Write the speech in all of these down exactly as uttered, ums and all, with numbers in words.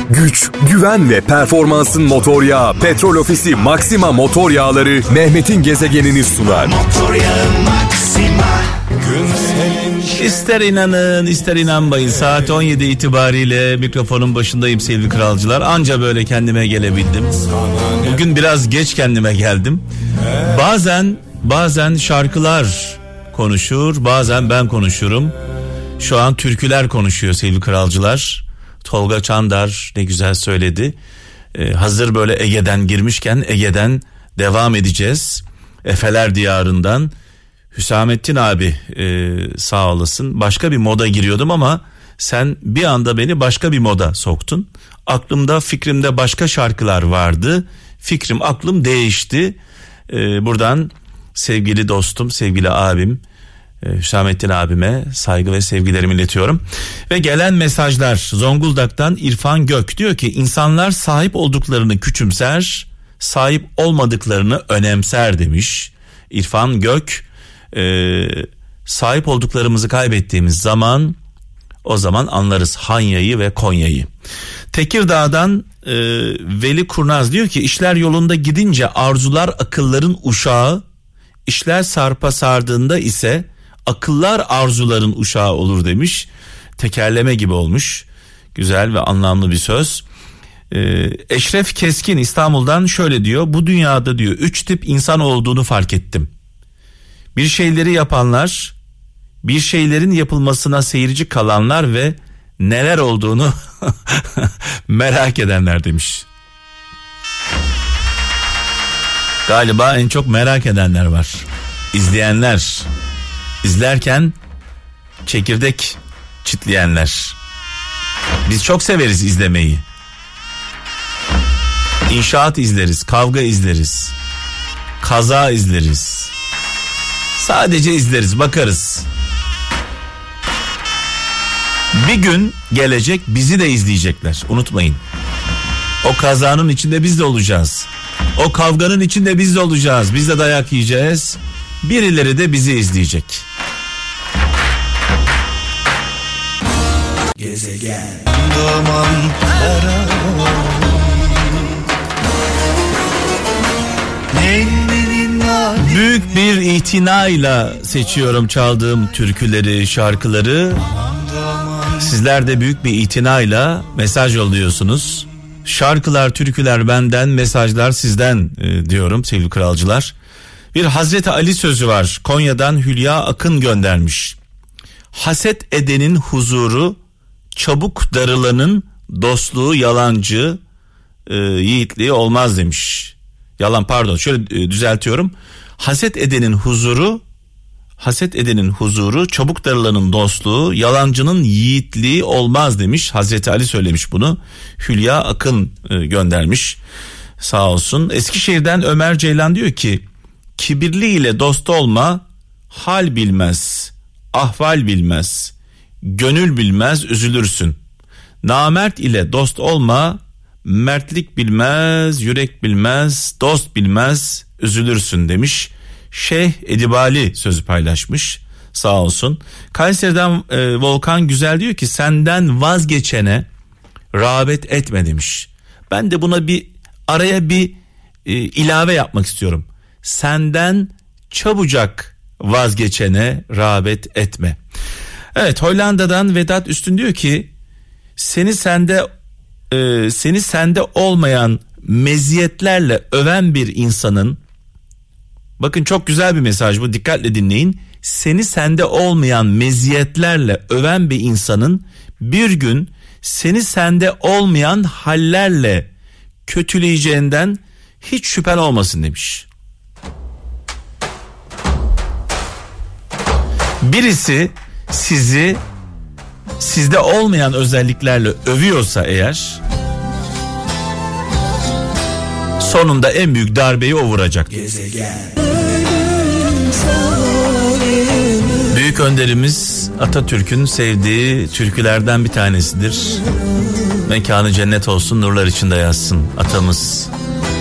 güç, güven ve performansın motor yağı Petrol Ofisi Maxima motor yağları Mehmet'in gezegenini sunar. Motor yağı Maxima. İster inanın ister inanmayın, saat on yedi itibariyle mikrofonun başındayım sevgili kralcılar. Anca böyle kendime gelebildim. Bugün biraz geç kendime geldim. Bazen bazen şarkılar konuşur, bazen ben konuşurum. Şu an türküler konuşuyor sevgili kralcılar. Tolga Çandar ne güzel söyledi. Ee, hazır böyle Ege'den girmişken Ege'den devam edeceğiz. Efeler diyarından. Hüsamettin abi e, sağ olasın. Başka bir moda giriyordum ama sen bir anda beni başka bir moda soktun. Aklımda, fikrimde başka şarkılar vardı. Fikrim, aklım değişti. E, buradan sevgili dostum, sevgili abim e, Hüsamettin abime saygı ve sevgilerimi iletiyorum. Ve gelen mesajlar: Zonguldak'tan İrfan Gök diyor ki insanlar sahip olduklarını küçümser, sahip olmadıklarını önemser demiş. İrfan Gök. Ee, sahip olduklarımızı kaybettiğimiz zaman o zaman anlarız Hanya'yı ve Konya'yı. Tekirdağ'dan e, Veli Kurnaz diyor ki işler yolunda gidince arzular akılların uşağı, işler sarpa sardığında ise akıllar arzuların uşağı olur demiş. Tekerleme gibi olmuş, güzel ve anlamlı bir söz. ee, Eşref Keskin İstanbul'dan şöyle diyor: bu dünyada diyor üç tip insan olduğunu fark ettim. Bir şeyleri yapanlar, bir şeylerin yapılmasına seyirci kalanlar ve neler olduğunu merak edenler demiş. Galiba en çok merak edenler var. İzleyenler, izlerken çekirdek çitleyenler. Biz çok severiz izlemeyi. İnşaat izleriz, kavga izleriz, kaza izleriz. Sadece izleriz, bakarız. Bir gün gelecek, bizi de izleyecekler. Unutmayın. O kazanın içinde biz de olacağız. O kavganın içinde biz de olacağız. Biz de dayak yiyeceğiz. Birileri de bizi izleyecek. Gezegen dumanlara Büyük bir itinayla seçiyorum çaldığım türküleri, şarkıları. Sizler de büyük bir itinayla mesaj yolluyorsunuz. Şarkılar, türküler benden, mesajlar sizden e, diyorum sevgili kralcılar. Bir Hazreti Ali sözü var. Konya'dan Hülya Akın göndermiş. Haset edenin huzuru, çabuk darılanın dostluğu yalancı e, yiğitliği olmaz demiş. Yalan pardon şöyle e, düzeltiyorum. Haset edenin huzuru, haset edenin huzuru, çabuk darılanın dostluğu, yalancının yiğitliği olmaz demiş. Hazreti Ali söylemiş bunu. Hülya Akın e, göndermiş. Sağ olsun. Eskişehir'den Ömer Ceylan diyor ki kibirli ile dost olma, hal bilmez, ahval bilmez, gönül bilmez, üzülürsün. Namert ile dost olma, mertlik bilmez, yürek bilmez, dost bilmez, üzülürsün demiş. Şeyh Edibali sözü paylaşmış. Sağ olsun. Kayseri'den e, Volkan Güzel diyor ki senden vazgeçene rağbet etme demiş. Ben de buna bir araya bir e, ilave yapmak istiyorum. Senden çabucak vazgeçene rağbet etme. Evet, Hollanda'dan Vedat Üstün diyor ki seni sende e, seni sende olmayan meziyetlerle öven bir insanın, bakın çok güzel bir mesaj bu, dikkatle dinleyin. Seni sende olmayan meziyetlerle öven bir insanın bir gün seni sende olmayan hallerle kötüleyeceğinden hiç şüphen olmasın demiş. Birisi sizi sizde olmayan özelliklerle övüyorsa eğer, sonunda en büyük darbeyi o vuracak. Gezegen. Büyük önderimiz Atatürk'ün sevdiği türkülerden bir tanesidir. Mekanı cennet olsun, nurlar içinde yatsın atamız.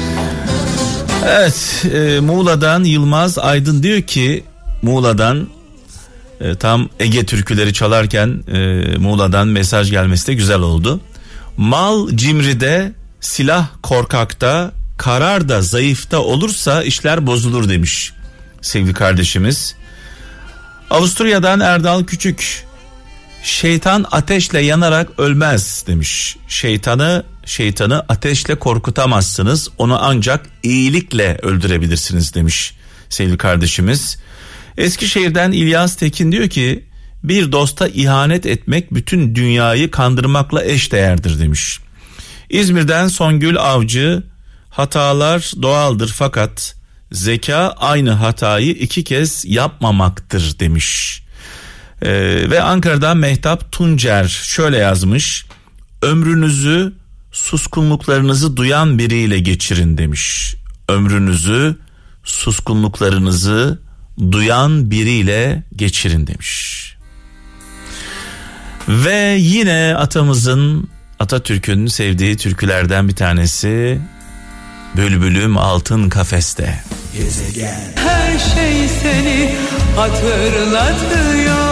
Evet, e, Muğla'dan Yılmaz Aydın diyor ki Muğla'dan e, tam Ege türküleri çalarken e, Muğla'dan mesaj gelmesi de güzel oldu. Mal cimride, silah korkakta, karar da zayıfta olursa işler bozulur demiş sevgili kardeşimiz. Avusturya'dan Erdal Küçük, şeytan ateşle yanarak ölmez demiş. Şeytanı şeytanı ateşle korkutamazsınız, onu ancak iyilikle öldürebilirsiniz demiş sevgili kardeşimiz. Eskişehir'den İlyas Tekin diyor ki bir dosta ihanet etmek bütün dünyayı kandırmakla eşdeğerdir demiş. İzmir'den Songül Avcı, hatalar doğaldır fakat zeka aynı hatayı iki kez yapmamaktır demiş. Ee, ve Ankara'dan Mehtap Tuncer şöyle yazmış: ömrünüzü suskunluklarınızı duyan biriyle geçirin demiş. Ömrünüzü suskunluklarınızı duyan biriyle geçirin demiş. Ve yine atamızın, Atatürk'ün sevdiği türkülerden bir tanesi Bülbülüm Altın Kafeste. Gezegen. Her şey seni hatırlatıyor.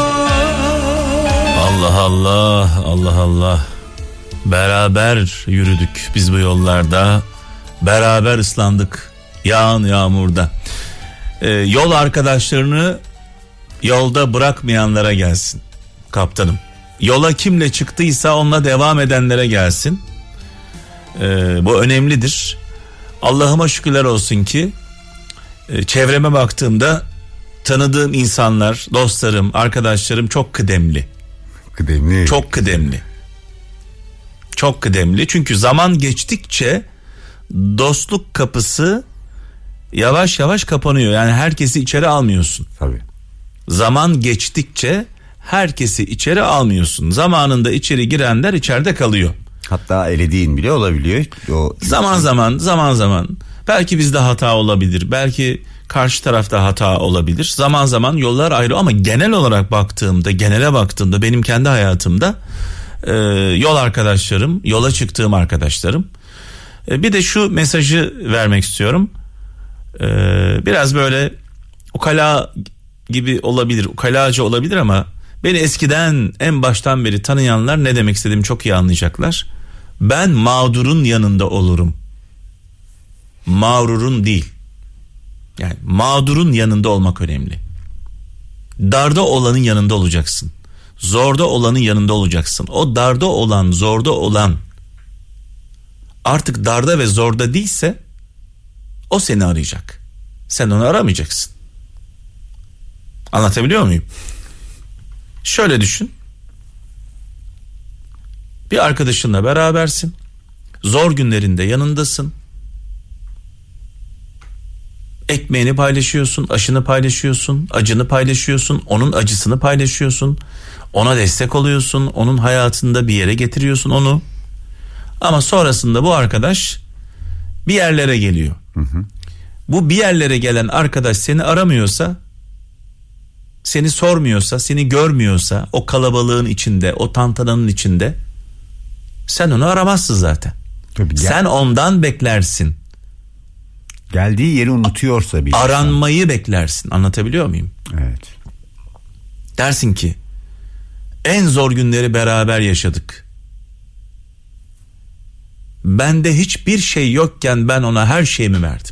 Allah Allah, Allah Allah. Beraber yürüdük biz bu yollarda. Beraber ıslandık yağan yağmurda. Ee, yol arkadaşlarını yolda bırakmayanlara gelsin kaptanım. Yola kimle çıktıysa onunla devam edenlere gelsin. Ee, bu önemlidir. Allah'ıma şükürler olsun ki e, çevreme baktığımda tanıdığım insanlar, dostlarım, arkadaşlarım çok kıdemli. Kıdemli. Çok kıdemli. Çok kıdemli. Çünkü zaman geçtikçe dostluk kapısı yavaş yavaş kapanıyor. Yani herkesi içeri almıyorsun. Tabii. Zaman geçtikçe herkesi içeri almıyorsun. Zamanında içeri girenler içeride kalıyor. Hatta elediğin bile olabiliyor. O... Zaman zaman zaman zaman belki bizde hata olabilir. Belki karşı tarafta hata olabilir. Zaman zaman yollar ayrı ama genel olarak baktığımda, genele baktığımda benim kendi hayatımda e, yol arkadaşlarım, yola çıktığım arkadaşlarım. E, bir de şu mesajı vermek istiyorum. E, biraz böyle ukala gibi olabilir, ukalacı olabilir ama beni eskiden en baştan beri tanıyanlar ne demek istediğimi çok iyi anlayacaklar. Ben mağdurun yanında olurum. Mağrurun değil. Yani mağdurun yanında olmak önemli. Darda olanın yanında olacaksın. Zorda olanın yanında olacaksın. O darda olan, zorda olan artık darda ve zorda değilse o seni arayacak. Sen onu aramayacaksın. Anlatabiliyor muyum? Şöyle düşün. Bir arkadaşınla berabersin. Zor günlerinde yanındasın. Ekmeğini paylaşıyorsun, aşını paylaşıyorsun, acını paylaşıyorsun, onun acısını paylaşıyorsun. Ona destek oluyorsun, onun hayatında bir yere getiriyorsun onu. Ama sonrasında bu arkadaş bir yerlere geliyor. Hı hı. Bu bir yerlere gelen arkadaş seni aramıyorsa, seni sormuyorsa, seni görmüyorsa, o kalabalığın içinde, o tantananın içinde sen onu aramazsın zaten. Tabii, sen ondan beklersin. Geldiği yeri unutuyorsa bir aranmayı insan beklersin. Anlatabiliyor muyum? Evet. Dersin ki en zor günleri beraber yaşadık. Bende hiçbir şey yokken ben ona her şeyimi verdim.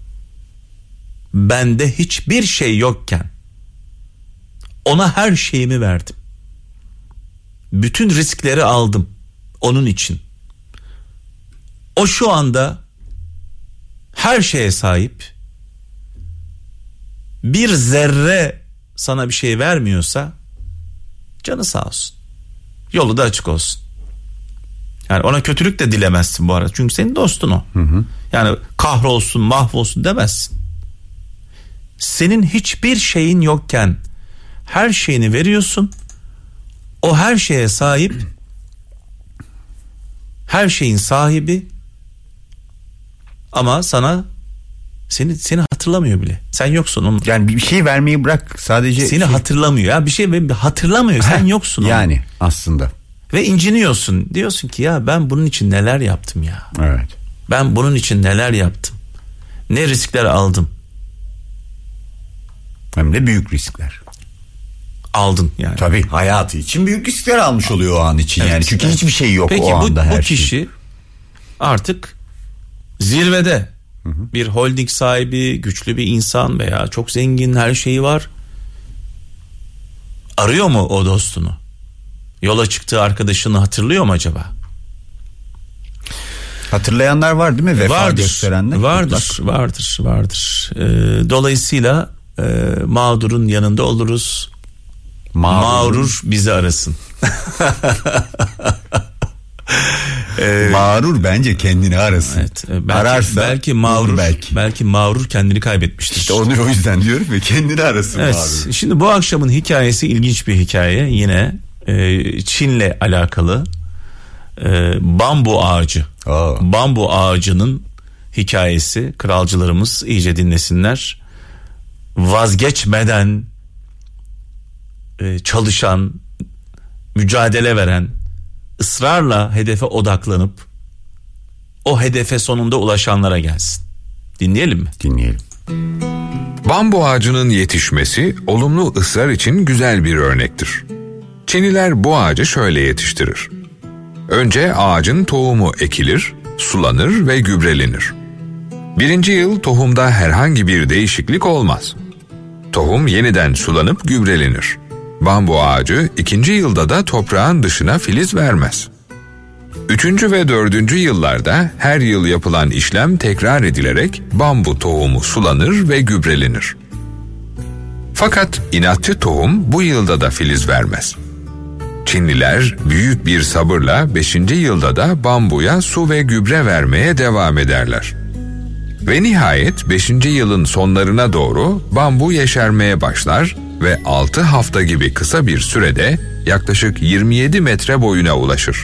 Bende hiçbir şey yokken ona her şeyimi verdim. Bütün riskleri aldım onun için. O şu anda her şeye sahip. Bir zerre sana bir şey vermiyorsa canı sağ olsun. Yolu da açık olsun. Yani ona kötülük de dilemezsin bu arada. Çünkü senin dostun o. Hı hı. Yani kahrolsun, mahvolsun demezsin. Senin hiçbir şeyin yokken her şeyini veriyorsun. O her şeye sahip. Her şeyin sahibi. Ama sana seni seni hatırlamıyor bile. Sen yoksun onun. Yani bir şey vermeyi bırak, sadece seni şey... hatırlamıyor. Ya bir şey hatırlamıyor. Sen yoksun. Yani onun. Aslında. Ve inciniyorsun. Diyorsun ki ya ben bunun için neler yaptım ya. Evet. Ben bunun için neler yaptım. Ne riskler aldım. Hem de büyük riskler. aldın yani. Tabii hayatı için büyük riskler almış oluyor o an için Evet, yani. Çünkü evet. hiçbir şey yok Peki, o anda bu, her bu şey. kişi artık zirvede. Hı hı. Bir holding sahibi, güçlü bir insan veya çok zengin, her şeyi var. Arıyor mu o dostunu? Yola çıktığı arkadaşını hatırlıyor mu acaba? Hatırlayanlar var değil mi? Vefa vardır, gösterenler. vardır, mutlak. vardır, vardır. Ee, dolayısıyla e, mağdurun yanında oluruz. Mağrur, Mağrur bizi arasın. ee, mağrur bence kendini arasın. Evet, belki, ararsa belki mağrur, belki. belki mağrur kendini kaybetmiştir. İşte onu o yüzden diyorum ya, kendini arasın evet, mağrur. Şimdi bu akşamın hikayesi ilginç bir hikaye. Yine e, Çin'le alakalı. E, bambu ağacı. Aa. Bambu ağacının hikayesi. Kralcılarımız iyice dinlesinler. Vazgeçmeden e, çalışan, mücadele veren, ısrarla hedefe odaklanıp o hedefe sonunda ulaşanlara gelsin. Dinleyelim mi? Dinleyelim. Bambu ağacının yetişmesi olumlu ısrar için güzel bir örnektir. Çinliler bu ağacı şöyle yetiştirir. Önce ağacın tohumu ekilir, sulanır ve gübrelenir. Birinci yıl tohumda herhangi bir değişiklik olmaz. Tohum yeniden sulanıp gübrelenir. Bambu ağacı ikinci yılda da toprağın dışına filiz vermez. Üçüncü ve dördüncü yıllarda her yıl yapılan işlem tekrar edilerek bambu tohumu sulanır ve gübrelenir. Fakat inatçı tohum bu yılda da filiz vermez. Çinliler büyük bir sabırla beşinci yılda da bambuya su ve gübre vermeye devam ederler. Ve nihayet beşinci yılın sonlarına doğru bambu yeşermeye başlar ve altı hafta gibi kısa bir sürede yaklaşık yirmi yedi metre boyuna ulaşır.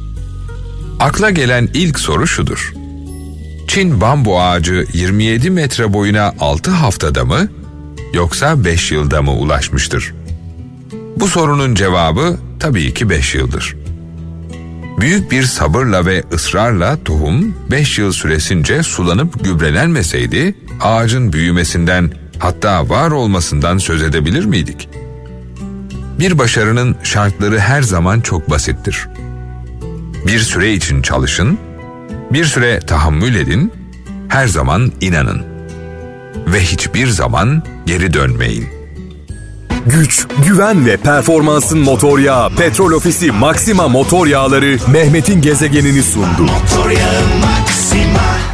Akla gelen ilk soru şudur. Çin bambu ağacı yirmi yedi metre boyuna altı haftada mı yoksa beş yılda mı ulaşmıştır? Bu sorunun cevabı tabii ki beş yıldır. Büyük bir sabırla ve ısrarla tohum beş yıl süresince sulanıp gübrelenmeseydi ağacın büyümesinden, hatta var olmasından söz edebilir miydik? Bir başarının şartları her zaman çok basittir. Bir süre için çalışın, bir süre tahammül edin, her zaman inanın ve hiçbir zaman geri dönmeyin. Güç, güven ve performansın motor yağı Petrol Ofisi Maxima motor yağları Mehmet'in gezegenini sundu. Motor yağı Maxima.